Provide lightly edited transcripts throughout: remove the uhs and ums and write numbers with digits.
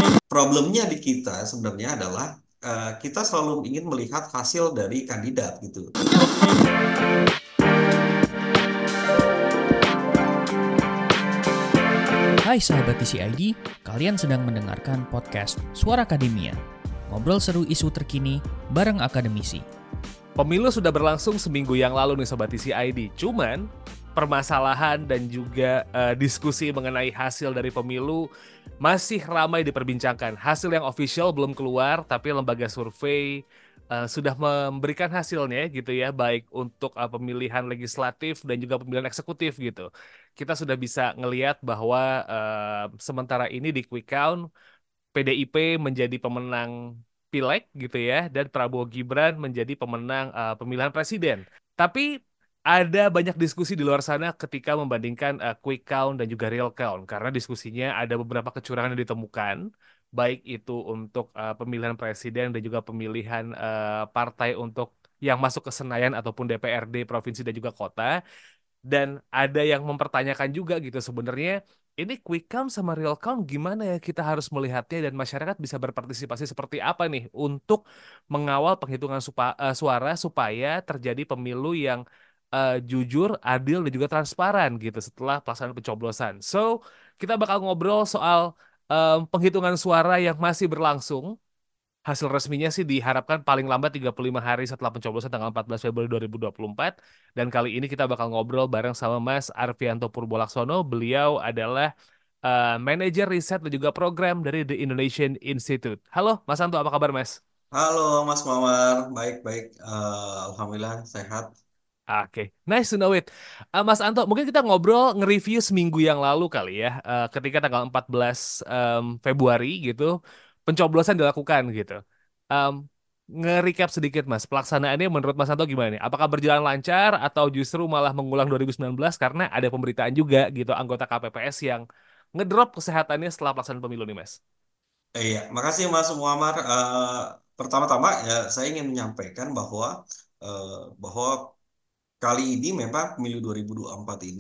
Problemnya di kita sebenarnya adalah kita selalu ingin melihat hasil dari kandidat gitu. Hai sahabat TCID, kalian sedang mendengarkan podcast Suara Akademia. Ngobrol seru isu terkini bareng akademisi. Pemilu sudah berlangsung seminggu yang lalu nih Sobat TCID. Cuman permasalahan dan juga diskusi mengenai hasil dari pemilu masih ramai diperbincangkan. Hasil yang official belum keluar, tapi lembaga survei sudah memberikan hasilnya gitu ya, baik untuk pemilihan legislatif dan juga pemilihan eksekutif gitu. Kita sudah bisa ngelihat bahwa sementara ini di quick count PDIP menjadi pemenang Pileg gitu ya, dan Prabowo Gibran menjadi pemenang pemilihan presiden. Tapi ada banyak diskusi di luar sana ketika membandingkan quick count dan juga real count, karena diskusinya ada beberapa kecurangan yang ditemukan, baik itu untuk pemilihan presiden dan juga pemilihan partai untuk yang masuk ke Senayan ataupun DPRD provinsi dan juga kota. Dan ada yang mempertanyakan juga gitu sebenarnya ini quick count sama real count gimana ya kita harus melihatnya dan masyarakat bisa berpartisipasi seperti apa nih untuk mengawal penghitungan suara supaya terjadi pemilu yang jujur, adil dan juga transparan gitu setelah pelaksanaan pencoblosan. So, kita bakal ngobrol soal penghitungan suara yang masih berlangsung. Hasil resminya sih diharapkan paling lambat 35 hari setelah pencoblosan tanggal 14 Februari 2024. Dan kali ini kita bakal ngobrol bareng sama Mas Arfianto Purbolaksono. Beliau adalah manajer riset dan juga program dari The Indonesian Institute. Halo Mas Anto, apa kabar Mas? Halo Mas Mawar, baik-baik. Alhamdulillah sehat. Oke, nice to know it. Mas Anto, mungkin kita ngobrol nge-review seminggu yang lalu kali ya, ketika tanggal 14 Februari gitu, pencoblosan dilakukan gitu. Em, Nge-recap sedikit Mas, pelaksanaannya menurut Mas Anto gimana nih? Apakah berjalan lancar atau justru malah mengulang 2019 karena ada pemberitaan juga gitu anggota KPPS yang ngedrop kesehatannya setelah pelaksanaan pemilu nih Mas? Iya, makasih Mas Muammar. Pertama-tama ya saya ingin menyampaikan eh, bahwa kali ini memang pemilu 2024 ini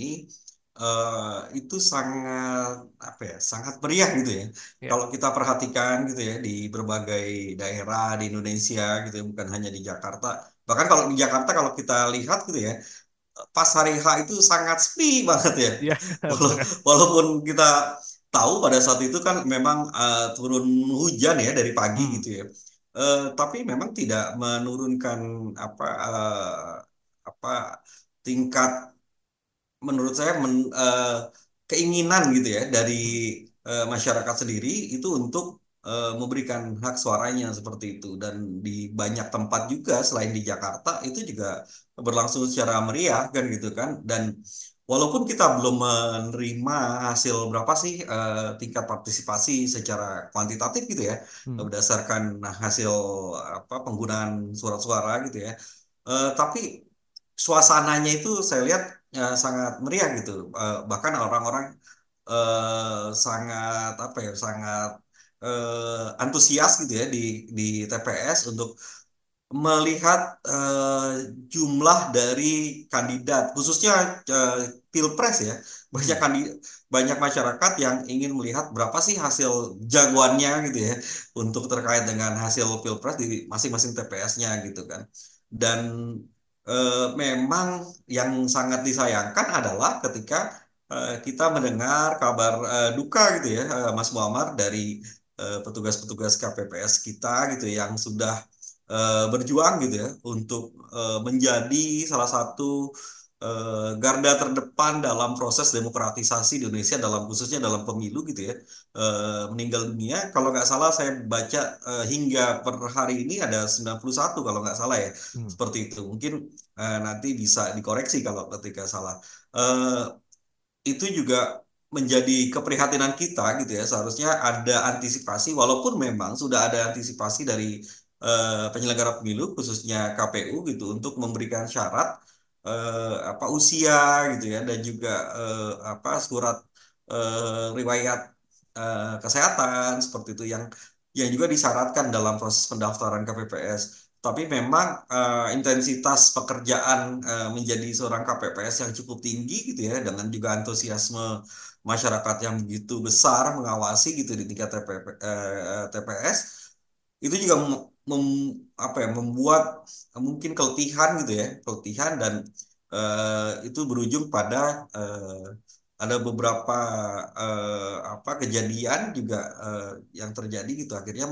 itu sangat apa ya, sangat meriah gitu ya. Ya, Kalau kita perhatikan gitu ya di berbagai daerah di Indonesia gitu ya, bukan hanya di Jakarta. Bahkan kalau di Jakarta kalau kita lihat gitu ya, pas hari H itu sangat sepi banget ya. ya Walau- benar. Walaupun kita tahu pada saat itu kan memang turun hujan ya dari pagi Hmm, gitu ya. Tapi memang tidak menurunkan apa tingkat menurut saya keinginan gitu ya dari hmm, masyarakat sendiri itu untuk memberikan hak suaranya seperti itu dan di banyak tempat juga selain di Jakarta itu juga berlangsung secara meriah kan gitu kan dan walaupun kita belum menerima hasil berapa sih tingkat partisipasi secara kuantitatif gitu ya hmm. berdasarkan hasil apa penggunaan surat suara gitu ya. Tapi suasananya itu saya lihat sangat meriah gitu. Bahkan orang-orang sangat apa ya, sangat antusias gitu ya di TPS untuk melihat jumlah dari kandidat, khususnya pilpres ya. Banyak Hmm. banyak masyarakat yang ingin melihat berapa sih hasil jagoannya gitu ya untuk terkait dengan hasil pilpres di masing-masing TPS-nya gitu kan. Dan memang yang sangat disayangkan adalah ketika kita mendengar kabar duka gitu ya, Mas Muammar dari petugas-petugas KPPS kita gitu yang sudah berjuang gitu ya untuk menjadi salah satu garda terdepan dalam proses demokratisasi di Indonesia dalam khususnya dalam pemilu gitu ya meninggal dunia kalau nggak salah saya baca hingga per hari ini ada 91 kalau nggak salah ya Hmm. seperti itu mungkin nanti bisa dikoreksi kalau ketika salah. Eh, itu juga menjadi keprihatinan kita gitu ya. Seharusnya ada antisipasi, walaupun memang sudah ada antisipasi dari penyelenggara pemilu, khususnya KPU gitu, untuk memberikan syarat apa usia gitu ya, dan juga apa surat riwayat kesehatan seperti itu yang juga disyaratkan dalam proses pendaftaran KPPS. Tapi memang intensitas pekerjaan menjadi seorang KPPS yang cukup tinggi gitu ya dengan juga antusiasme masyarakat yang begitu besar mengawasi gitu di tingkat TPS, itu juga apa ya, membuat mungkin keletihan gitu ya, keletihan, dan itu berujung pada ada beberapa apa kejadian juga yang terjadi gitu, akhirnya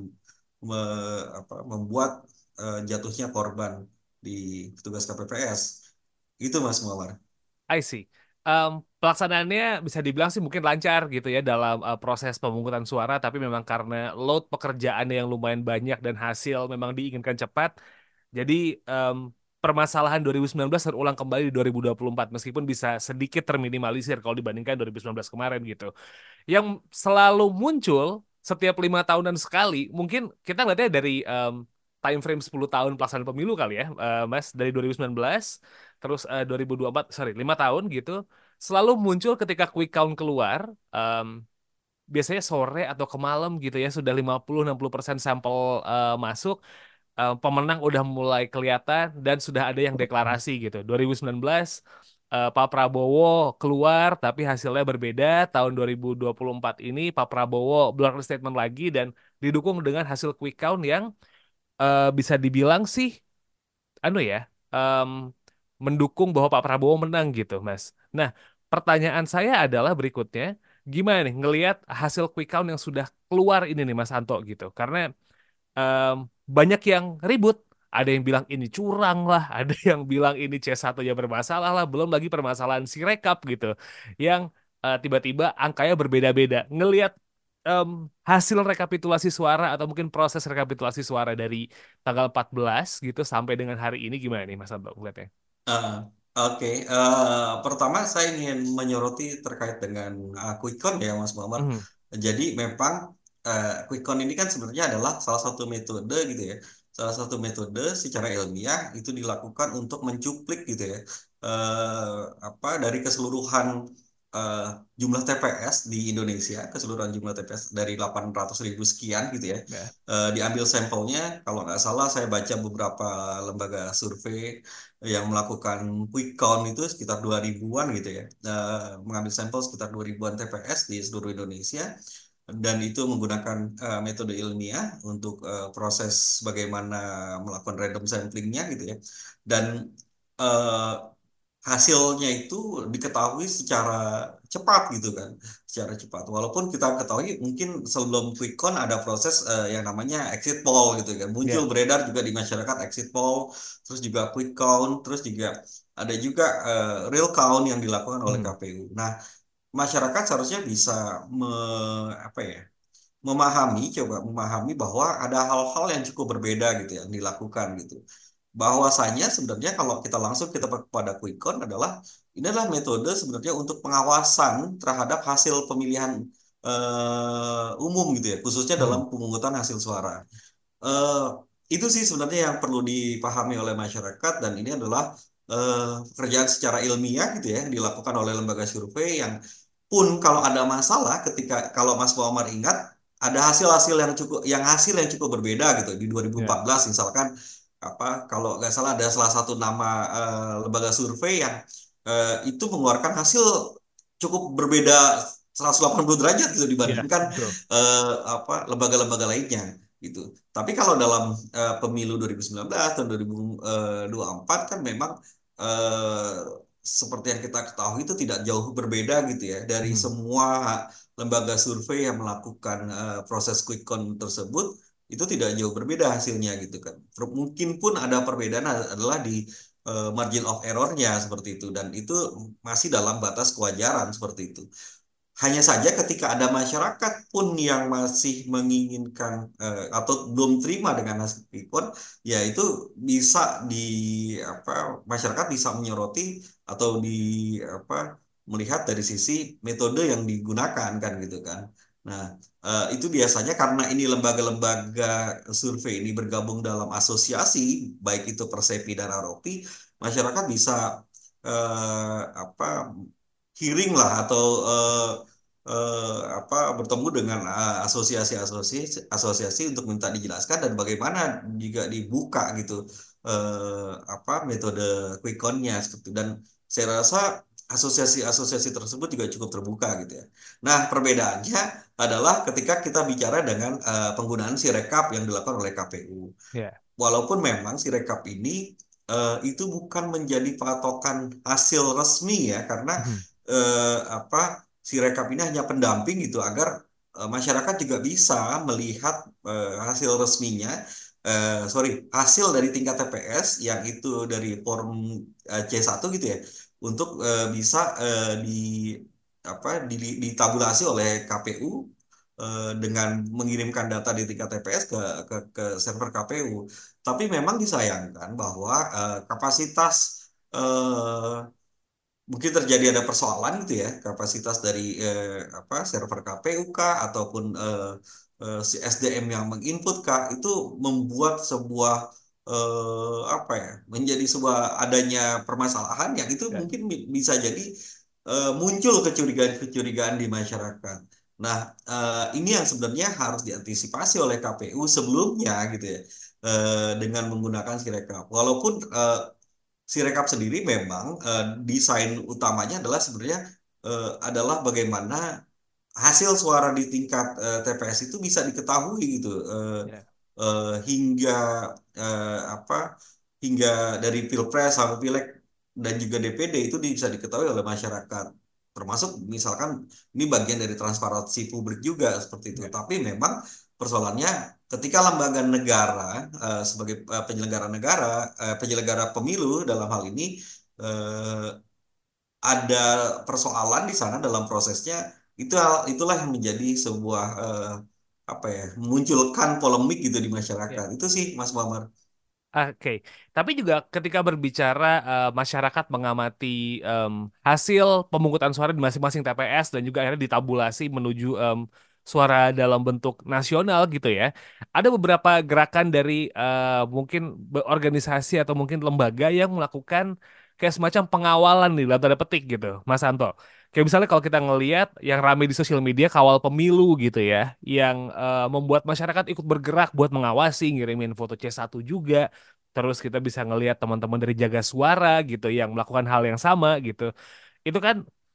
membuat jatuhnya korban di petugas KPPS itu, Mas Muammar. I see. Pelaksanaannya bisa dibilang sih mungkin lancar gitu ya dalam proses pemungutan suara, tapi memang karena load pekerjaannya yang lumayan banyak dan hasil memang diinginkan cepat, jadi permasalahan 2019 terulang kembali di 2024 meskipun bisa sedikit terminimalisir kalau dibandingkan 2019 kemarin gitu. Yang selalu muncul setiap 5 tahunan sekali, mungkin kita ngeliatnya dari time frame 10 tahun pelaksanaan pemilu kali ya, Mas, dari 2019, terus 2024, sorry, 5 tahun gitu, selalu muncul ketika quick count keluar, biasanya sore atau ke malam gitu ya, sudah 50-60% sampel masuk, pemenang udah mulai kelihatan dan sudah ada yang deklarasi gitu. 2019 Pak Prabowo keluar tapi hasilnya berbeda. Tahun 2024 ini Pak Prabowo blunder statement lagi dan didukung dengan hasil quick count yang bisa dibilang sih anu ya, em, mendukung bahwa Pak Prabowo menang gitu, Mas. Nah, pertanyaan saya adalah berikutnya, gimana nih ngelihat hasil quick count yang sudah keluar ini nih Mas Anto gitu. Karena em, banyak yang ribut. Ada yang bilang ini curang lah, ada yang bilang ini C1-nya bermasalah lah, belum lagi permasalahan Sirekap gitu, yang tiba-tiba angkanya berbeda-beda. Ngelihat hasil rekapitulasi suara atau mungkin proses rekapitulasi suara dari tanggal 14 gitu sampai dengan hari ini gimana nih Mas Anto ngeliatnya? Ah, oke. Pertama saya ingin menyoroti terkait dengan quick count ya, Mas Muhammad. Mhm. Jadi memang quick count ini kan sebenarnya adalah salah satu metode gitu ya. Salah satu metode secara ilmiah itu dilakukan untuk mencuplik gitu ya. Apa dari keseluruhan eh, jumlah TPS di Indonesia, keseluruhan jumlah TPS dari 800.000 sekian gitu ya. Ya. Diambil sampelnya, kalau nggak salah saya baca beberapa lembaga survei yang melakukan quick count itu sekitar 2.000-an gitu ya. Mengambil sampel sekitar 2.000-an TPS di seluruh Indonesia, dan itu menggunakan metode ilmiah untuk proses bagaimana melakukan random samplingnya gitu ya. Dan eh, hasilnya itu diketahui secara cepat gitu kan, secara cepat. Walaupun kita ketahui mungkin sebelum quick count ada proses yang namanya exit poll gitu kan, muncul Ya. beredar juga di masyarakat exit poll, terus juga quick count, terus juga ada juga real count yang dilakukan oleh Mhm. KPU. Nah, masyarakat seharusnya bisa apa ya, coba memahami bahwa ada hal-hal yang cukup berbeda gitu yang dilakukan gitu. Bahwasanya sebenarnya kalau kita langsung kita pada quick count adalah ini adalah metode sebenarnya untuk pengawasan terhadap hasil pemilihan umum gitu ya, khususnya dalam Mhm. pemungutan hasil suara. Eh, itu sih sebenarnya yang perlu dipahami oleh masyarakat, dan ini adalah pekerjaan secara ilmiah gitu ya yang dilakukan oleh lembaga survei, yang pun kalau ada masalah ketika, kalau Mas Muammar ingat, ada hasil-hasil yang cukup, hasil yang cukup berbeda gitu di Ya. 2014 misalkan, apa kalau nggak salah ada salah satu nama lembaga survei yang itu mengeluarkan hasil cukup berbeda 180 derajat gitu Ya, dibandingkan betul. apa lembaga-lembaga lainnya gitu. Tapi kalau dalam pemilu 2019 dan 2024 kan memang eh, seperti yang kita ketahui itu tidak jauh berbeda gitu ya dari Mhm. semua lembaga survei yang melakukan proses quick count tersebut, itu tidak jauh berbeda hasilnya gitu kan. Mungkin pun ada perbedaan adalah di margin of error-nya seperti itu, dan itu masih dalam batas kewajaran seperti itu. Hanya saja ketika ada masyarakat pun yang masih menginginkan atau belum terima dengan hasil quick count, ya itu bisa di apa, masyarakat bisa menyoroti atau di apa, melihat dari sisi metode yang digunakan kan gitu kan. Nah, itu biasanya karena ini lembaga-lembaga survei ini bergabung dalam asosiasi, baik itu Persepi dan Aropi, masyarakat bisa apa, hearing lah atau apa, bertemu dengan asosiasi untuk minta dijelaskan dan bagaimana juga dibuka gitu apa metode quick count-nya seperti itu. Dan saya rasa asosiasi-asosiasi tersebut juga cukup terbuka gitu ya. Nah, perbedaannya adalah ketika kita bicara dengan penggunaan Sirekap yang dilakukan oleh KPU. Ya. Walaupun memang Sirekap ini itu bukan menjadi patokan hasil resmi ya, karena Mhm. Sirekap ini hanya pendamping gitu agar masyarakat juga bisa melihat hasil resminya, hasil dari tingkat TPS yang itu dari form C1 gitu ya, untuk bisa ditabulasi oleh KPU dengan mengirimkan data di tingkat TPS ke server KPU. Tapi memang disayangkan bahwa kapasitas eh, mungkin terjadi ada persoalan gitu ya, kapasitas dari server KPU kah ataupun si SDM yang menginput kah, itu membuat sebuah menjadi sebuah adanya permasalahan yang itu Ya. mungkin bisa jadi muncul kecurigaan-kecurigaan di masyarakat. Nah, ini yang sebenarnya harus diantisipasi oleh KPU sebelumnya gitu ya, dengan menggunakan Sirekap. Walaupun Sirekap sendiri memang desain utamanya adalah sebenarnya adalah bagaimana hasil suara di tingkat TPS itu bisa diketahui gitu, Ya. hingga apa hingga dari Pilpres sampai Pileg dan juga DPD itu bisa diketahui oleh masyarakat. Termasuk misalkan ini bagian dari transparansi publik juga seperti itu. Ya. Tapi memang persoalannya ketika lembaga negara sebagai penyelenggara negara, penyelenggara pemilu dalam hal ini eh, ada persoalan di sana dalam prosesnya, itulah yang menjadi sebuah memunculkan polemik gitu di masyarakat. Ya. Itu sih Mas Muhammad. Oke, tapi juga ketika berbicara masyarakat mengamati hasil pemungutan suara di masing-masing TPS dan juga akhirnya ditabulasi menuju suara dalam bentuk nasional gitu ya. Ada beberapa gerakan dari mungkin organisasi atau mungkin lembaga yang melakukan kayak semacam pengawalan nih dalam tanda petik gitu, Mas Anto. Kayak misalnya kalau kita ngelihat yang rame di sosial media kawal pemilu gitu ya, yang membuat masyarakat ikut bergerak buat mengawasi, ngirimin foto C1 juga. Terus kita bisa ngelihat teman-teman dari Jaga Suara gitu yang melakukan hal yang sama gitu. Itu kan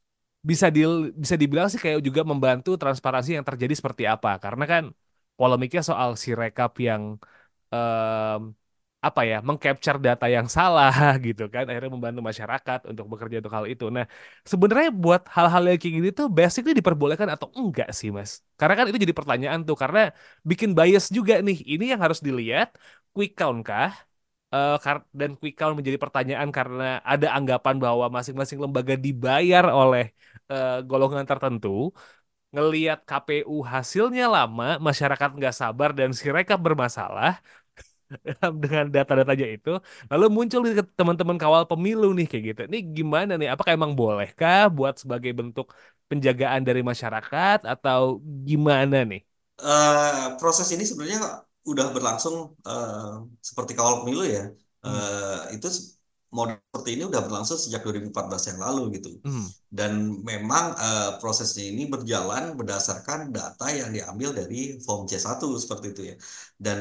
bisa dibilang sih kayak juga membantu transparansi yang terjadi seperti apa. Karena kan polemiknya soal si rekap yang em, apa ya, mengcapture data yang salah gitu kan, akhirnya membantu masyarakat untuk bekerja untuk hal itu. Nah, sebenarnya buat hal-hal yang kayak gini tuh basically diperbolehkan atau enggak sih, Mas? Karena kan itu jadi pertanyaan tuh, karena bikin bias juga nih. Ini yang harus dilihat, quick count kah? Dan quick count menjadi pertanyaan karena ada anggapan bahwa masing-masing lembaga dibayar oleh golongan tertentu. Ngeliat KPU hasilnya lama, masyarakat nggak sabar dan Sirekap bermasalah dengan data-datanya itu, lalu muncul di teman-teman kawal pemilu nih kayak gitu. Ini gimana nih? Apakah emang bolehkah buat sebagai bentuk penjagaan dari masyarakat atau gimana nih? Proses ini sebenarnya udah berlangsung seperti kawal pemilu ya. Hmm. Itu model seperti ini udah berlangsung sejak 2014 yang lalu gitu. Hmm. Dan memang prosesnya ini berjalan berdasarkan data yang diambil dari form C1 seperti itu ya. Dan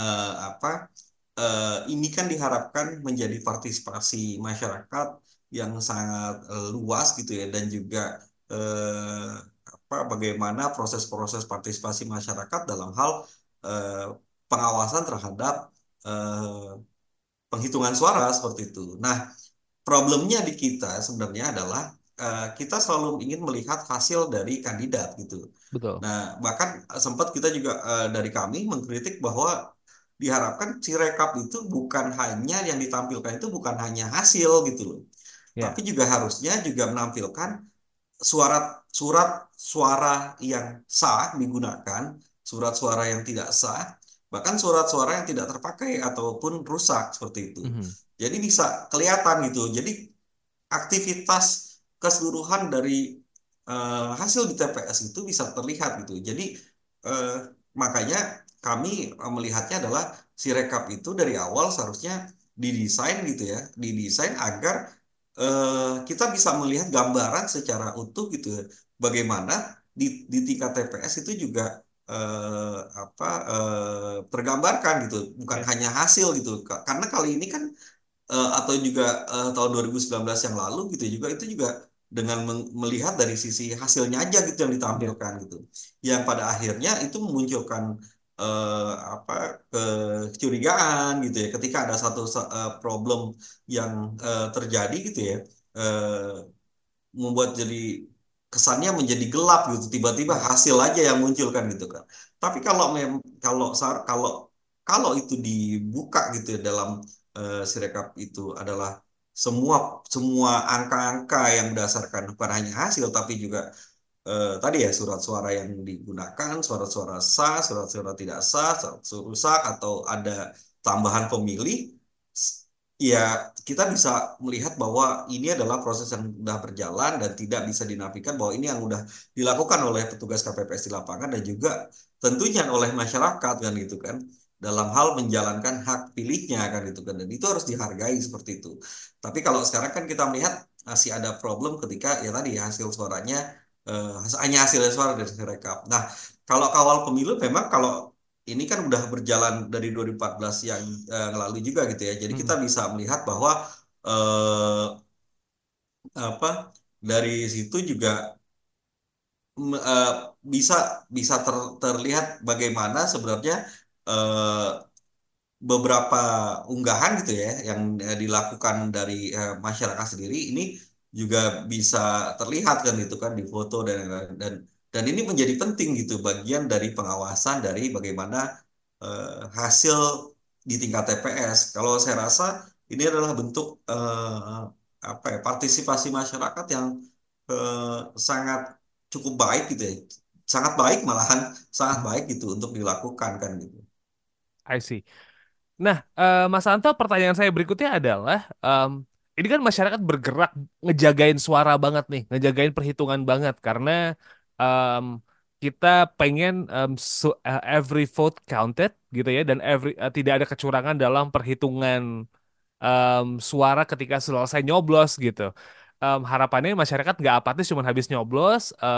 ini kan diharapkan menjadi partisipasi masyarakat yang sangat luas gitu ya, dan juga eh, bagaimana proses-proses partisipasi masyarakat dalam hal eh, pengawasan terhadap eh, penghitungan suara seperti itu. Nah, problemnya di kita sebenarnya adalah kita selalu ingin melihat hasil dari kandidat gitu. Betul. Nah, bahkan sempat kita juga dari kami mengkritik bahwa diharapkan Sirekap itu bukan hanya yang ditampilkan itu bukan hanya hasil gitu loh. Tapi Ya. juga harusnya juga menampilkan surat suara yang sah digunakan, surat suara yang tidak sah, bahkan surat suara yang tidak terpakai ataupun rusak seperti itu. Mhm. Jadi bisa kelihatan gitu. Jadi aktivitas keseluruhan dari hasil di TPS itu bisa terlihat gitu. Jadi eh, makanya kami melihatnya adalah si rekap itu dari awal seharusnya didesain gitu ya, didesain agar kita bisa melihat gambaran secara utuh gitu ya. Bagaimana di tingkat TPS itu juga tergambarkan gitu, bukan Ya. hanya hasil gitu. Karena kali ini kan atau juga tahun 2019 yang lalu gitu juga itu juga dengan melihat dari sisi hasilnya aja gitu yang Ya. ditampilkan gitu, yang pada akhirnya itu memunculkan apa kecurigaan gitu ya ketika ada satu problem yang terjadi gitu ya, eh, membuat jadi kesannya menjadi gelap gitu, tiba-tiba Hmm. hasil aja yang muncul kan gitu kan. Tapi kalau itu dibuka gitu ya dalam Sirekap itu adalah semua semua angka-angka yang berdasarkan bukan hanya hasil tapi juga tadi ya surat suara yang digunakan, surat suara sah, surat suara tidak sah, surat suara rusak atau ada tambahan pemilih, ya kita bisa melihat bahwa ini adalah proses yang sudah berjalan dan tidak bisa dinafikan bahwa ini yang sudah dilakukan oleh petugas KPPS di lapangan dan juga tentunya oleh masyarakat kan gitu kan dalam hal menjalankan hak pilihnya kan gitu kan dan itu harus dihargai seperti itu. Tapi kalau sekarang kan kita melihat masih ada problem ketika ya tadi hasil suaranya hanya hasil suara dari Sirekap. Nah, kalau kawal pemilu memang kalau ini kan udah berjalan dari 2014 yang lalu juga gitu ya. Jadi kita Hmm. bisa melihat bahwa eh, apa dari situ juga mm, eh, bisa bisa terlihat bagaimana sebenarnya eh, beberapa unggahan gitu ya yang dilakukan dari masyarakat sendiri ini juga bisa terlihat kan gitu kan di foto dan dan ini menjadi penting gitu bagian dari pengawasan dari bagaimana hasil di tingkat TPS. Kalau saya rasa ini adalah bentuk apa ya partisipasi masyarakat yang sangat cukup baik gitu ya. Sangat baik malahan sangat Hmm. baik gitu untuk dilakukan kan gitu. I see. Nah, Mas Anto, pertanyaan saya berikutnya adalah, ini kan masyarakat bergerak ngejagain suara banget nih, ngejagain perhitungan banget karena em, kita pengen every vote counted gitu ya, dan tidak ada kecurangan dalam perhitungan suara ketika selesai nyoblos gitu. Harapannya masyarakat nggak apatis cuma habis nyoblos,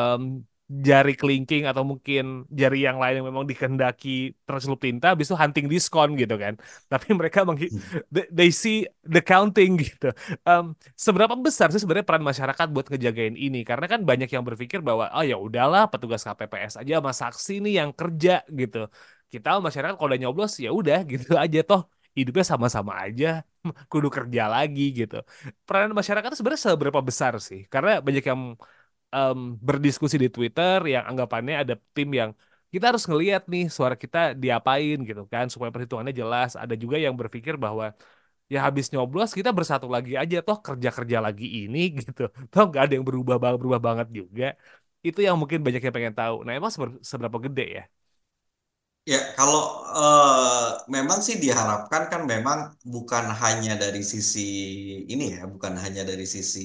jari kelingking atau mungkin jari yang lain yang memang dikehendaki tercelup tinta, habis itu hunting diskon gitu kan. Tapi mereka they see the counting gitu. Seberapa besar sih sebenarnya peran masyarakat buat ngejagain ini? Karena kan banyak yang berpikir bahwa oh ya udahlah petugas KPPS aja sama saksi nih yang kerja gitu. Kita masyarakat kalau udah nyoblos ya udah gitu aja toh hidupnya sama-sama aja kudu kerja lagi gitu. Peran masyarakat itu sebenarnya seberapa besar sih? Karena banyak yang berdiskusi di Twitter yang anggapannya ada tim yang kita harus ngelihat nih suara kita diapain gitu kan supaya perhitungannya jelas. Ada juga yang berpikir bahwa ya habis nyoblos kita bersatu lagi aja toh kerja-kerja lagi ini gitu. Toh nggak ada yang berubah banget juga. Itu yang mungkin banyak yang pengen tahu. Nah, emang seberapa gede ya? Ya, kalau memang sih diharapkan kan memang bukan hanya dari sisi ini ya, bukan hanya dari sisi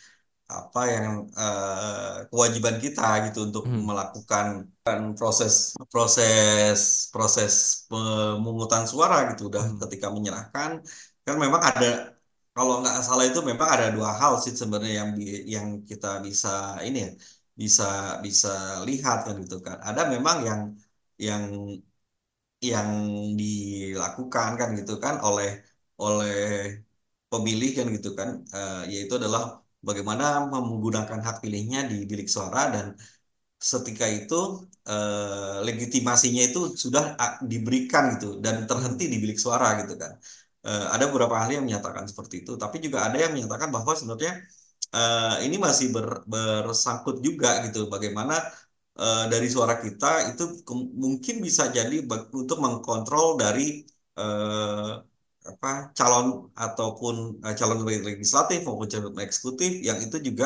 apa yang kewajiban kita gitu untuk Hmm. melakukan proses proses proses pemungutan suara gitu udah Hmm. ketika menyerahkan kan memang ada kalau nggak salah itu memang ada dua hal sih sebenarnya yang kita bisa ini ya bisa bisa lihat kan gitu kan ada memang yang yang dilakukan kan gitu kan oleh oleh pemilih kan gitu kan yaitu adalah bagaimana menggunakan hak pilihnya di bilik suara dan setika itu legitimasinya itu sudah diberikan gitu dan Hmm. terhenti di bilik suara gitu kan. Ada beberapa ahli yang menyatakan seperti itu, tapi juga ada yang menyatakan bahwa sebenarnya ini masih bersangkut juga gitu bagaimana dari suara kita itu mungkin bisa jadi untuk mengkontrol dari eh, apa calon ataupun calon legislatif maupun calon eksekutif yang itu juga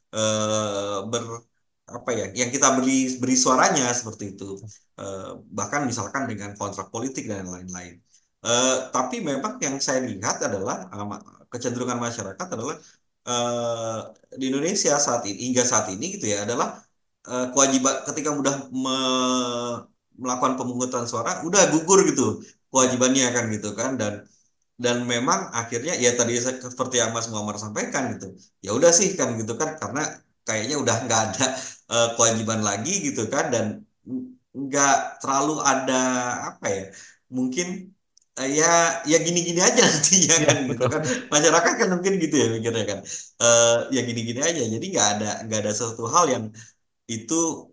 ber apa ya yang kita beri beri suaranya seperti itu. Eh, Bahkan misalkan dengan kontrak politik dan lain-lain. Tapi memang yang saya lihat adalah kecenderungan masyarakat adalah eh, di Indonesia saat ini hingga saat ini gitu ya adalah kewajiban ketika udah melakukan pemungutan suara udah gugur gitu Ya. kewajibannya kan gitu kan dan memang akhirnya ya tadi seperti yang Mas Muhammad sampaikan gitu ya udah sih kan gitu kan karena kayaknya udah nggak ada kewajiban lagi gitu kan dan nggak terlalu ada apa ya mungkin ya ya gini-gini aja nantinya kan Iya, gitu betul. kan, masyarakat kan mungkin gitu ya mikirnya kan. Ya gini-gini aja, jadi nggak ada satu hal yang itu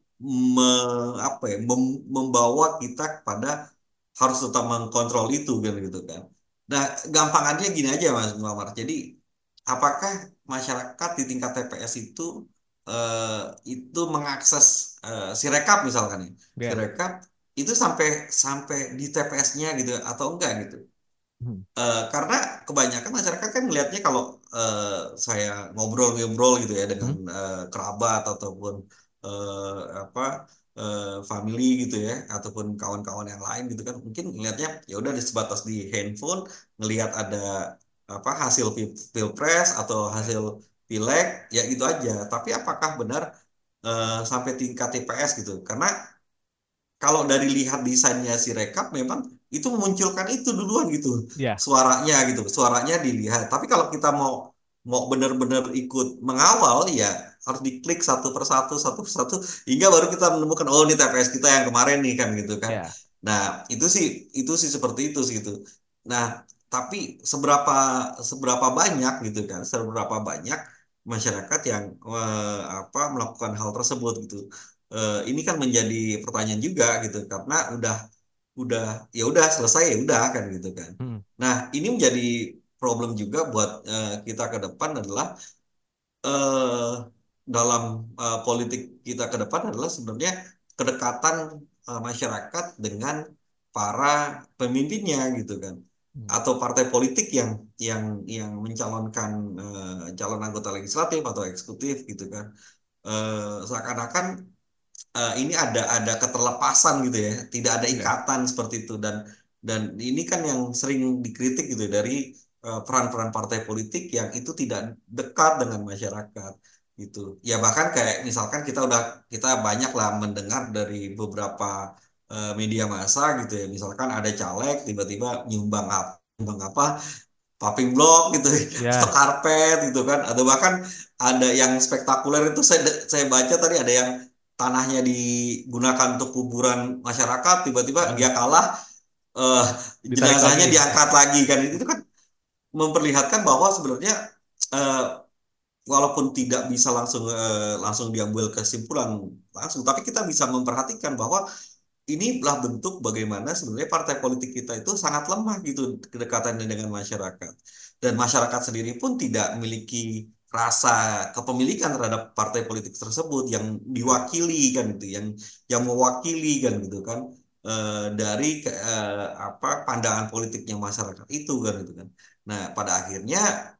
apa ya membawa kita kepada harus tetap mengkontrol itu kan gitu kan. Nah, gampangannya gini aja Mas Muhammad. Jadi apakah masyarakat di tingkat TPS itu mengakses Sirekap misalkan ya. Ya. Sirekap itu sampai sampai di TPS-nya gitu atau enggak gitu. Hmm. Karena kebanyakan masyarakat kan melihatnya kalau saya ngobrol-ngobrol gitu ya dengan Hmm. kerabat ataupun apa family gitu ya ataupun kawan-kawan yang lain gitu kan mungkin melihatnya ya udah sebatas di handphone ngelihat ada apa hasil pilpres atau Ya. hasil pileg ya gitu aja. Tapi apakah benar sampai tingkat TPS gitu? Karena kalau dari lihat desainnya si Rekap memang itu memunculkan itu duluan gitu Ya. suaranya dilihat tapi kalau kita mau mau benar-benar ikut mengawal ya harus diklik satu persatu hingga baru kita menemukan oh ini TPS kita yang kemarin nih kan gitu kan. Ya. Nah itu sih seperti itu sih gitu. Nah tapi seberapa seberapa banyak gitu kan seberapa banyak masyarakat yang apa melakukan hal tersebut gitu. Ini kan menjadi pertanyaan juga gitu karena udah ya udah selesai ya udah kan gitu kan. Hmm. Nah, ini menjadi problem juga buat kita ke depan adalah eh, dalam politik kita ke depan adalah sebenarnya kedekatan masyarakat dengan para pemimpinnya gitu kan Hmm. atau partai politik yang mencalonkan calon anggota legislatif atau eksekutif gitu kan. Seakan-akan ini ada keterlepasan gitu ya, tidak ada Ya. ikatan seperti itu dan ini kan yang sering dikritik gitu ya, dari peran-peran partai politik yang itu tidak dekat dengan masyarakat gitu. Ya bahkan kayak misalkan kita banyak lah mendengar dari beberapa media massa gitu ya, misalkan ada caleg tiba-tiba nyumbang apa paving block gitu atau Ya. karpet gitu kan atau bahkan ada yang spektakuler itu saya baca tadi ada yang tanahnya digunakan untuk kuburan masyarakat tiba-tiba Ah, dia kalah eh, ditarik jenazahnya lagi. diangkat lagi kan itu kan memperlihatkan bahwa sebenarnya eh, walaupun tidak bisa langsung diambil kesimpulan langsung tapi kita bisa memperhatikan bahwa inilah bentuk bagaimana sebenarnya partai politik kita itu sangat lemah gitu kedekatannya dengan masyarakat. Dan masyarakat sendiri pun tidak memiliki rasa kepemilikan terhadap partai politik tersebut yang Ya. diwakili kan gitu, yang mewakili kan gitu kan dari apa pandangan politiknya masyarakat itu kan gitu kan. Nah, pada akhirnya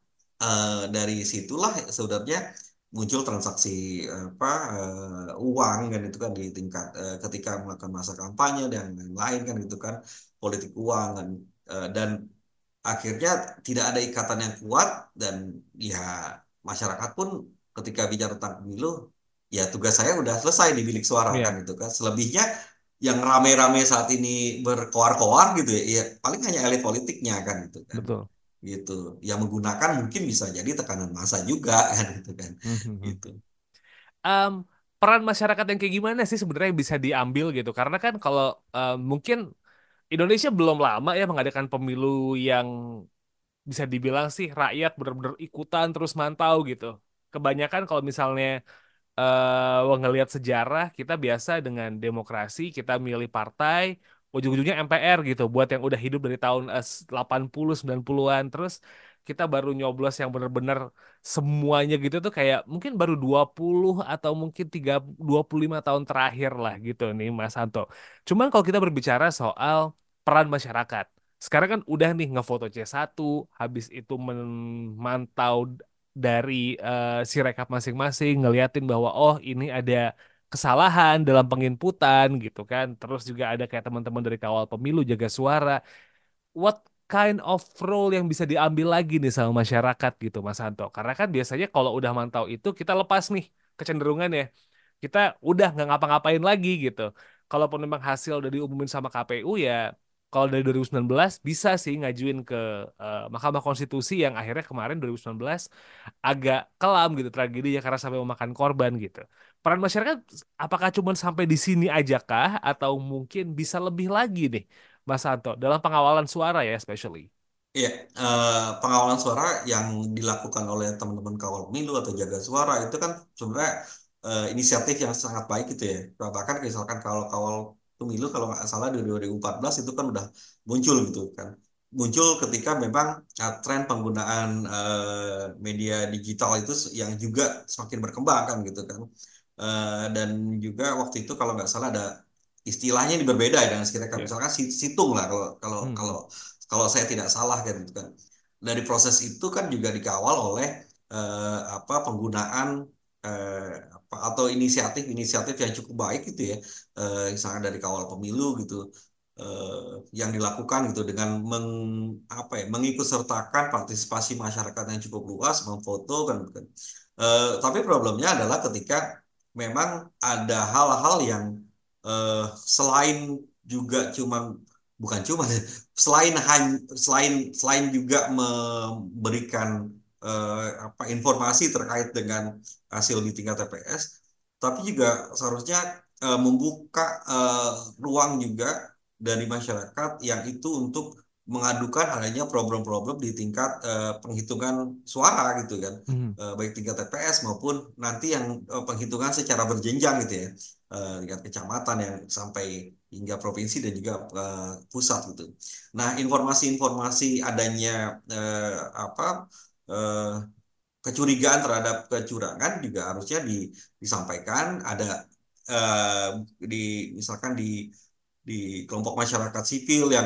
dari situlah sebenarnya muncul transaksi apa uang kan itu kan di tingkat ketika melakukan masa kampanye dan lain-lain kan gitu kan politik uang kan. Dan akhirnya tidak ada ikatan yang kuat dan ya masyarakat pun ketika bicara tentang pemilu ya tugas saya udah selesai di bilik suara kan Ya. gitu kan selebihnya yang rame-rame saat ini berkoar-koar gitu ya, ya paling hanya elit politiknya kan gitu kan Betul. gitu yang menggunakan mungkin bisa jadi tekanan massa juga kan gitu kan Hmm. Hmm. Hmm. gitu. Em, peran masyarakat yang kayak gimana sih sebenarnya yang bisa diambil gitu? Karena kan kalau mungkin Indonesia belum lama ya mengadakan pemilu yang bisa dibilang sih rakyat benar-benar ikutan terus mantau gitu. Kebanyakan kalau misalnya ngelihat sejarah kita biasa dengan demokrasi kita milih partai ujung-ujungnya MPR gitu buat yang udah hidup dari tahun 80 90-an terus kita baru nyoblos yang benar-benar semuanya gitu tuh kayak mungkin baru 20 atau mungkin 25 tahun terakhir lah gitu nih Mas Santo. Cuman kalau kita berbicara soal peran masyarakat sekarang kan udah nih ngefoto C1 habis itu memantau dari Sirekap masing-masing ngeliatin bahwa oh ini ada kesalahan dalam penginputan gitu kan. Terus juga ada kayak teman-teman dari kawal pemilu jaga suara. What kind of role yang bisa diambil lagi nih sama masyarakat gitu Mas Anto? Karena kan biasanya kalau udah mantau itu kita lepas nih kecenderungan ya. Kita udah nggak ngapa-ngapain lagi gitu. Kalaupun memang hasil udah diumumin sama KPU ya kalau dari 2019 bisa sih ngajuin ke Mahkamah Konstitusi yang akhirnya kemarin 2019 agak kelam gitu tragedinya karena sampai memakan korban gitu. Peran masyarakat apakah cuma sampai di sini aja kah atau mungkin bisa lebih lagi nih Mas Santo, dalam pengawalan suara ya, especially. Iya, pengawalan suara yang dilakukan oleh teman-teman kawal pemilu atau jaga suara itu kan sebenarnya inisiatif yang sangat baik gitu ya. Bahkan misalkan kalau kawal pemilu kalau nggak salah di 2014 itu kan udah muncul gitu kan. Muncul ketika memang tren penggunaan media digital itu yang juga semakin berkembang kan gitu kan. Dan juga waktu itu kalau nggak salah ada istilahnya ini berbeda ya dengan sekitar Ya. misalkan situng lah kalau kalau kalau Hmm. kalau saya tidak salah kan gitu kan. Dari proses itu kan juga dikawal oleh apa penggunaan atau inisiatif-inisiatif yang cukup baik gitu ya. Misalnya dari kawal pemilu gitu yang dilakukan gitu dengan apa ya mengikutsertakan partisipasi masyarakat yang cukup luas, memfoto kan, gitu kan. Tapi problemnya adalah ketika memang ada hal-hal yang selain juga cuman bukan cuma ya, selain juga memberikan apa informasi terkait dengan hasil di tingkat TPS, tapi juga seharusnya membuka ruang juga dari masyarakat yang itu untuk mengadukan adanya problem-problem di tingkat penghitungan suara gitu kan. Hmm. Baik tingkat TPS maupun nanti yang penghitungan secara berjenjang gitu ya. Tingkat kecamatan yang sampai hingga provinsi dan juga pusat gitu. Nah, informasi-informasi adanya apa eh, kecurigaan terhadap kecurangan juga harusnya disampaikan ada eh, di misalkan di kelompok masyarakat sipil yang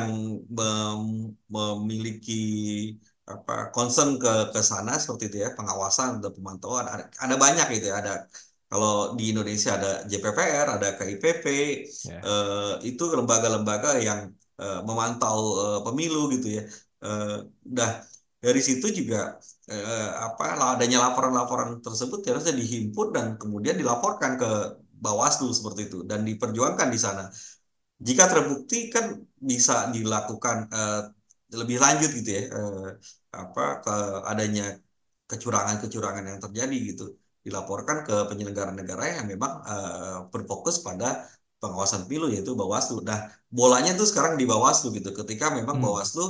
memiliki apa concern ke sana seperti itu ya pengawasan dan pemantauan ada banyak gitu ya ada kalau di Indonesia ada JPPR ada KIPP Ya. itu lembaga-lembaga yang memantau pemilu gitu ya. Eh, Udah dari situ juga apa adanya laporan-laporan tersebut ya harusnya dihimpun dan kemudian dilaporkan ke Bawaslu seperti itu dan diperjuangkan di sana. Jika terbukti kan bisa dilakukan lebih lanjut gitu ya apa ke adanya kecurangan-kecurangan yang terjadi gitu dilaporkan ke penyelenggara negara yang memang berfokus pada pengawasan pemilu yaitu Bawaslu. Nah, bolanya tuh sekarang di Bawaslu gitu. Ketika memang Hmm. Bawaslu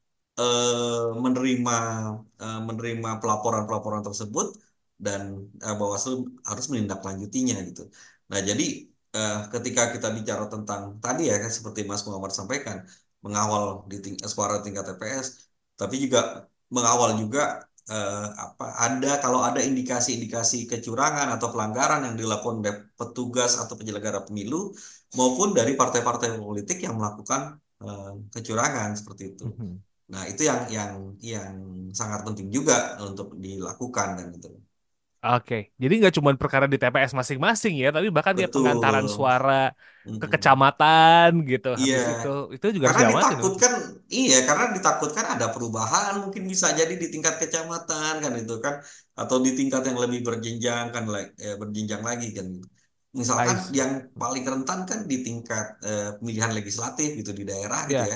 menerima menerima pelaporan-pelaporan tersebut dan Bawaslu harus menindaklanjutinya gitu. Nah, jadi ketika kita bicara tentang tadi ya kan seperti Mas Muhammad sampaikan mengawal di suara tingkat TPS, tapi juga mengawal juga apa ada kalau ada indikasi-indikasi kecurangan atau pelanggaran yang dilakukan oleh petugas atau penyelenggara pemilu maupun dari partai-partai politik yang melakukan kecurangan seperti itu. Mhm. Nah, itu yang sangat penting juga untuk dilakukan kan gitu. Oke, jadi nggak cuma perkara di TPS masing-masing ya, tapi bahkan kayak pengantaran Betul. suara ke Mm-mm. kecamatan gitu. Iya, Habis itu juga harus karena diamatin dong. ditakutkan, iya, karena ditakutkan ada perubahan mungkin bisa jadi di tingkat kecamatan kan itu kan, atau di tingkat yang lebih berjenjang kan, berjenjang lagi kan. I Misalkan see. yang paling rentan kan di tingkat pemilihan legislatif gitu di daerah gitu Ya, ya.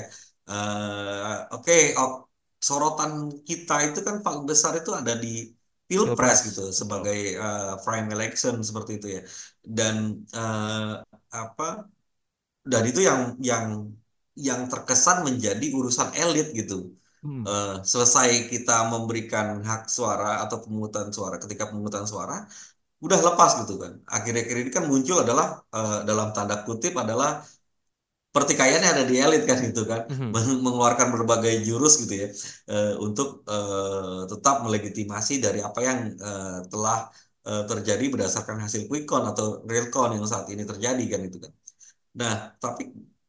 Oke, sorotan kita itu kan paling besar itu ada di pilpres gitu Pilpres, betul. sebagai prime election seperti itu ya. Dan apa? Dan itu yang terkesan menjadi urusan elit gitu. Hmm. Selesai kita memberikan hak suara atau pemungutan suara ketika pemungutan suara udah lepas gitu kan. Akhir-akhir ini kan muncul adalah dalam tanda kutip adalah pertikaiannya ada di elit kan gitu kan. Mhm. Mengeluarkan berbagai jurus gitu ya untuk tetap melegitimasi dari apa yang telah terjadi berdasarkan hasil quick count atau real count yang saat ini terjadi kan itu kan. Nah, tapi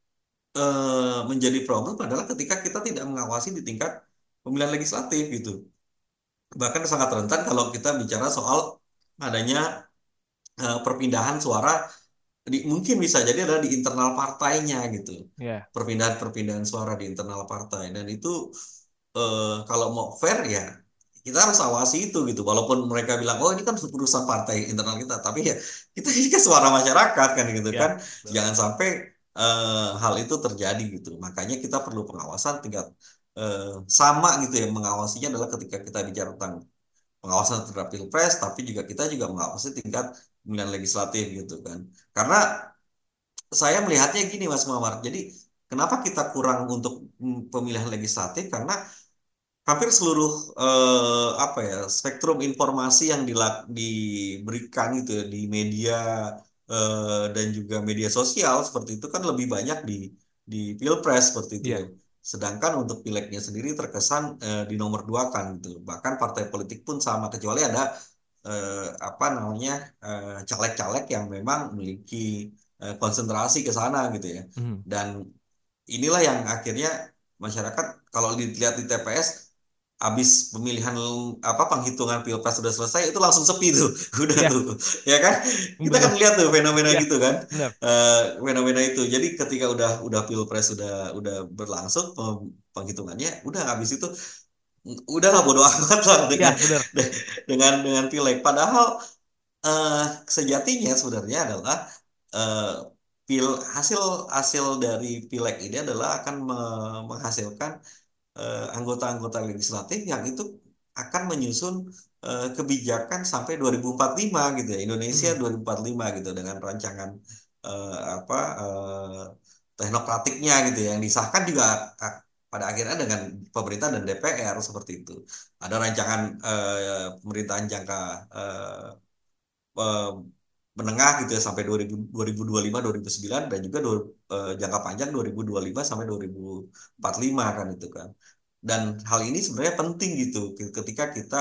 menjadi problem adalah ketika kita tidak mengawasi di tingkat pemilihan legislatif gitu. Bahkan sangat rentan kalau kita bicara soal adanya perpindahan suara mungkin bisa jadi adalah di internal partainya gitu. Ya. Perpindahan-perpindahan suara di internal partai dan itu kalau mau fair ya kita harus awasi itu gitu. Walaupun mereka bilang oh ini kan urusan partai internal kita, tapi ya kita ini kan suara masyarakat kan gitu kan. Ya, betul. Jangan sampai hal itu terjadi gitu. Makanya kita perlu pengawasan tingkat sama gitu ya. Mengawasinya adalah ketika kita bicara tentang pengawasan terhadap pilpres, tapi juga kita juga mengawasi tingkat pemilihan legislatif gitu kan. Karena saya melihatnya gini Mas Muhammad. Jadi kenapa kita kurang untuk pemilihan legislatif? Karena hampir seluruh apa ya spektrum informasi yang diberikan gitu ya, di media dan juga media sosial seperti itu kan lebih banyak di pilpres seperti itu ya. Iya. Sedangkan untuk pileknya sendiri terkesan di nomor dua kan gitu. Bahkan partai politik pun sama kecuali ada apa namanya caleg-caleg yang memang memiliki konsentrasi ke sana gitu ya. Mhm. Dan inilah yang akhirnya masyarakat kalau dilihat di TPS habis pemilihan apa penghitungan pilpres sudah selesai itu langsung sepi tuh udah Iya, tuh ya kan kita kan benar. lihat tuh fenomena Iya, gitu kan. benar. Fenomena itu jadi ketika udah pilpres udah berlangsung penghitungannya udah habis itu udahlah bodo amat lah Iya, benar. dengan pileg padahal eh, sejatinya sebenarnya adalah eh, pil hasil hasil dari pileg ini adalah akan menghasilkan anggota-anggota legislatif yang itu akan menyusun kebijakan sampai 2045 gitu ya Indonesia Mhm. 2045 gitu dengan rancangan apa teknokratiknya gitu ya yang disahkan juga pada akhirnya dengan pemerintah dan DPR seperti itu ada rancangan pemerintahan jangka eh, menengah gitu ya sampai 2000, 2025 2009 dan juga jangka panjang 2025 sampai 2045 kan itu kan. Dan hal ini sebenarnya penting gitu ketika kita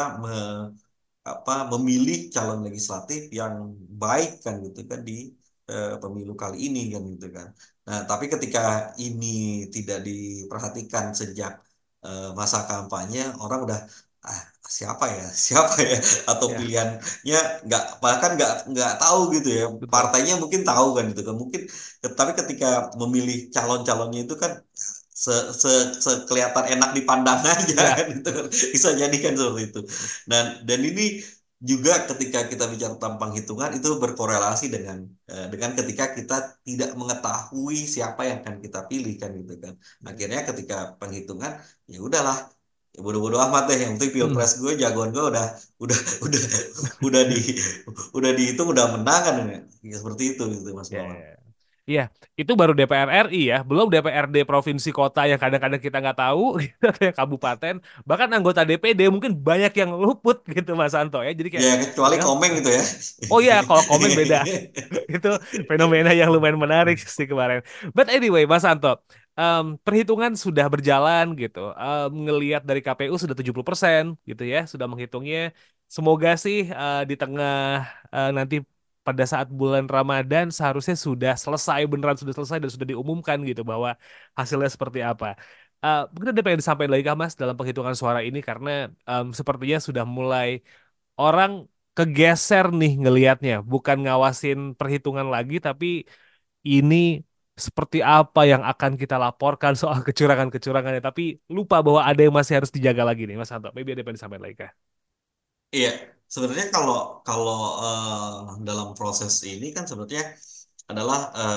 memilih calon legislatif yang baik kan gitu kan di pemilu kali ini kan gitu kan. Nah, tapi ketika ini tidak diperhatikan sejak masa kampanye, orang udah ah siapa ya siapa ya atau Iya, pilihannya nggak bahkan nggak tahu gitu ya betul. partainya mungkin tahu kan gitu kan mungkin tapi ketika memilih calon-calonnya itu kan se, se, kelihatan enak dipandang aja Iya. kan itu kan bisa jadi kan seperti itu dan ini juga ketika kita bicara tentang penghitungan itu berkorelasi dengan ketika kita tidak mengetahui siapa yang akan kita pilih kan gitu kan akhirnya ketika penghitungan ya udahlah ya bodo-bodo amat deh yang penting Mhm. pilpres gue jagoan gue udah udah udah di udah dihitung udah menang kan ya, seperti itu gitu Mas Ya, Mawan. ya. Iya, itu baru DPR RI ya, belum DPRD provinsi kota yang kadang-kadang kita nggak tahu, gitu, atau yang kabupaten, bahkan anggota DPD mungkin banyak yang luput gitu Mas Santo ya. Jadi kayak, Ya kecuali ya, Komeng gitu ya. oh iya kalau komen beda. Itu fenomena yang lumayan menarik sih kemarin. But anyway, Mas Santo, perhitungan sudah berjalan gitu. Ngelihat dari KPU sudah 70% gitu ya, sudah menghitungnya. Semoga sih di tengah nanti pada saat bulan Ramadan seharusnya sudah selesai, beneran sudah selesai dan sudah diumumkan gitu bahwa hasilnya seperti apa. Mungkin ada pengen disampaikan lagi kah Mas dalam penghitungan suara ini karena sepertinya sudah mulai orang kegeser nih ngelihatnya, bukan ngawasin perhitungan lagi, tapi ini seperti apa yang akan kita laporkan soal kecurangan-kecurangannya. Tapi lupa bahwa ada yang masih harus dijaga lagi nih, Mas Santo. Maybe ada yang pengen disampaikan lagi kah? Iya, sebenarnya kalau kalau dalam proses ini kan sebenarnya adalah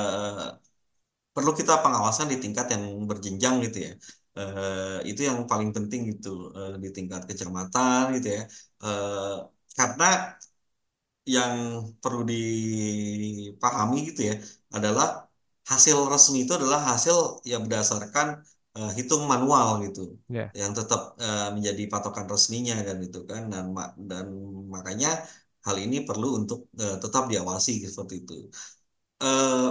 perlu kita pengawasan di tingkat yang berjenjang gitu ya. Itu yang paling penting gitu di tingkat kecamatan gitu ya. Eh, karena yang perlu dipahami gitu ya adalah hasil resmi itu adalah hasil yang berdasarkan hitung manual gitu Ya. yang tetap menjadi patokan resminya kan gitu kan dan makanya hal ini perlu untuk tetap diawasi seperti itu. Eh,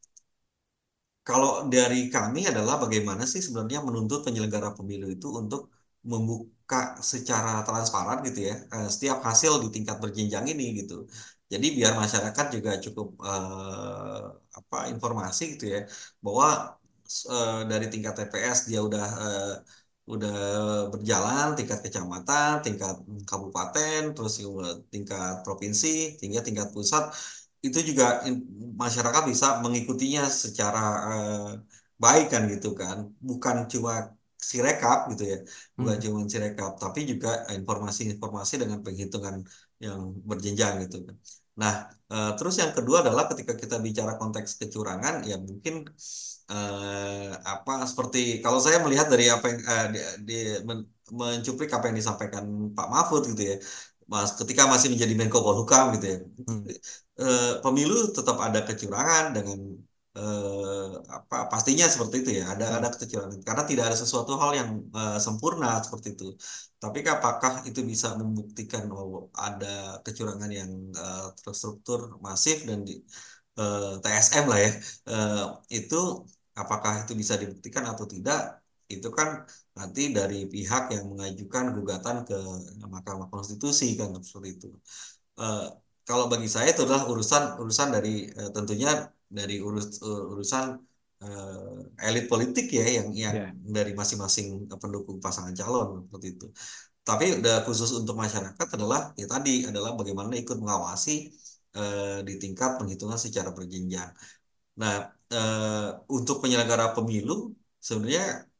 Kalau dari kami adalah bagaimana sih sebenarnya menuntut penyelenggara pemilu itu untuk membuka secara transparan gitu ya setiap hasil di tingkat berjenjang ini gitu. Jadi biar masyarakat juga cukup apa informasi gitu ya bahwa dari tingkat TPS dia udah berjalan tingkat kecamatan, tingkat kabupaten, terus juga tingkat provinsi, hingga tingkat pusat itu juga masyarakat bisa mengikutinya secara eh, baik kan gitu kan bukan cuma sirekap gitu ya bukan Hmm. cuma sirekap tapi juga informasi-informasi dengan penghitungan yang berjenjang gitu kan nah terus yang kedua adalah ketika kita bicara konteks kecurangan ya mungkin apa seperti kalau saya melihat dari apa yang mencuplik apa yang disampaikan Pak Mahfud gitu ya Mas ketika masih menjadi Menko Polhukam gitu ya Hmm. pemilu tetap ada kecurangan dengan pastinya seperti itu ya, ada kecurangan karena tidak ada sesuatu hal yang sempurna seperti itu. Tapi apakah itu bisa membuktikan bahwa ada kecurangan yang terstruktur, masif dan TSM lah ya, eh, itu apakah itu bisa dibuktikan atau tidak? Itu kan nanti dari pihak yang mengajukan gugatan ke Mahkamah Konstitusi kan seperti itu. Eh, Kalau bagi saya itu adalah urusan urusan dari tentunya dari urusan elit politik ya yang Ya. dari masing-masing pendukung pasangan calon seperti itu. Tapi udah khusus untuk masyarakat adalah ya tadi adalah bagaimana ikut mengawasi di tingkat penghitungan secara berjenjang. Nah, untuk penyelenggara pemilu sebenarnya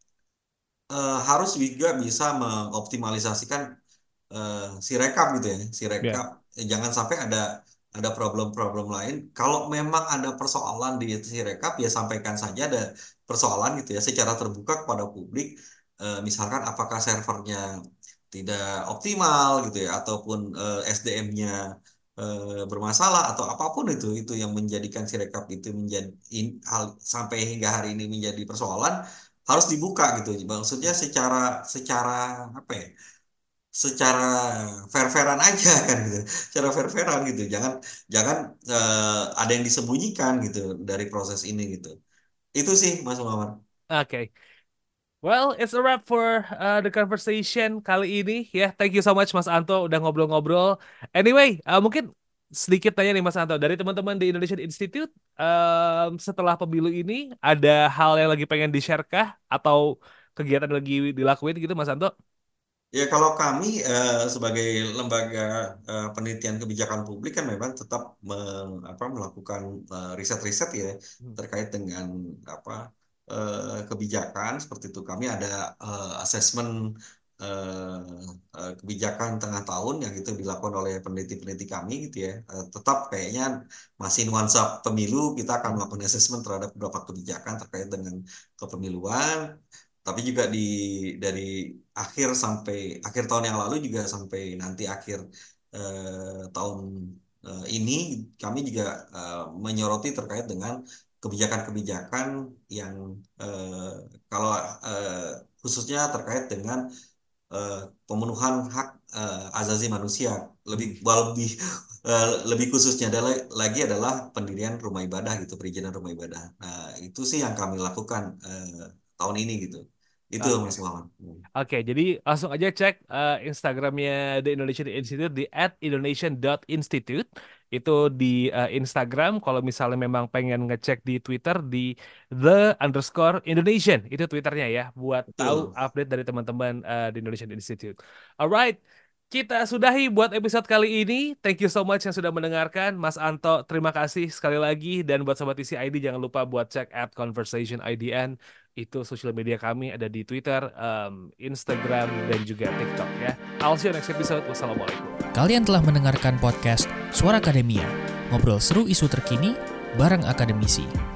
harus juga bisa mengoptimalisasikan si rekap gitu ya, si Ya. rekap. Jangan sampai ada problem-problem lain. Kalau memang ada persoalan di si rekap, ya sampaikan saja ada persoalan gitu ya, secara terbuka kepada publik. Misalkan apakah servernya tidak optimal gitu ya, ataupun SDM-nya bermasalah atau apapun itu yang menjadikan si rekap itu menjadi hal sampai hingga hari ini menjadi persoalan harus dibuka gitu. Maksudnya secara secara apa ya? Secara fair-fairan aja kan gitu, secara fair-fairan gitu, jangan jangan ada yang disembunyikan gitu dari proses ini gitu. Itu sih Mas Muhammad. Oke. Well, it's a wrap for the conversation kali ini ya. Thank you so much Mas Anto udah ngobrol-ngobrol. Anyway, mungkin sedikit tanya nih Mas Anto dari teman-teman di Indonesian Institute, setelah pemilu ini ada hal yang lagi pengen di-share kah atau kegiatan yang lagi dilakuin gitu Mas Anto? Ya kalau kami sebagai lembaga penelitian kebijakan publik kan memang tetap melakukan riset-riset ya Hmm. terkait dengan apa kebijakan seperti itu. Kami ada asesmen kebijakan tengah tahun yang itu dilakukan oleh peneliti-peneliti kami gitu ya. Tetap kayaknya masih nuansa pemilu kita akan melakukan asesmen terhadap beberapa kebijakan terkait dengan kepemiluan. Tapi juga dari akhir sampai akhir tahun yang lalu juga sampai nanti akhir tahun ini kami juga menyoroti terkait dengan kebijakan-kebijakan yang kalau khususnya terkait dengan eh, pemenuhan hak asasi manusia, lebih Hmm. lebih lebih khususnya adalah lagi adalah pendirian rumah ibadah gitu, perizinan rumah ibadah. Nah itu sih yang kami lakukan tahun ini gitu. Itu Mas Oke. Muhammad. Oke, jadi langsung aja cek Instagramnya The Indonesian Institute di @indonesian.institute. Itu di Instagram. Kalau misalnya memang pengen ngecek di Twitter di _Indonesian. Itu Twitternya ya, buat tahu Betul. update dari teman-teman The Indonesian Institute. Alright, kita sudahi buat episode kali ini. Thank you so much yang sudah mendengarkan. Mas Anto, terima kasih sekali lagi. Dan buat Sobat Isi ID, jangan lupa buat cek @conversationidn. Itu sosial media kami ada di Twitter, Instagram, dan juga TikTok ya. I'll see you next episode. Wassalamualaikum. Kalian telah mendengarkan podcast Suara Akademia, ngobrol seru isu terkini bareng akademisi.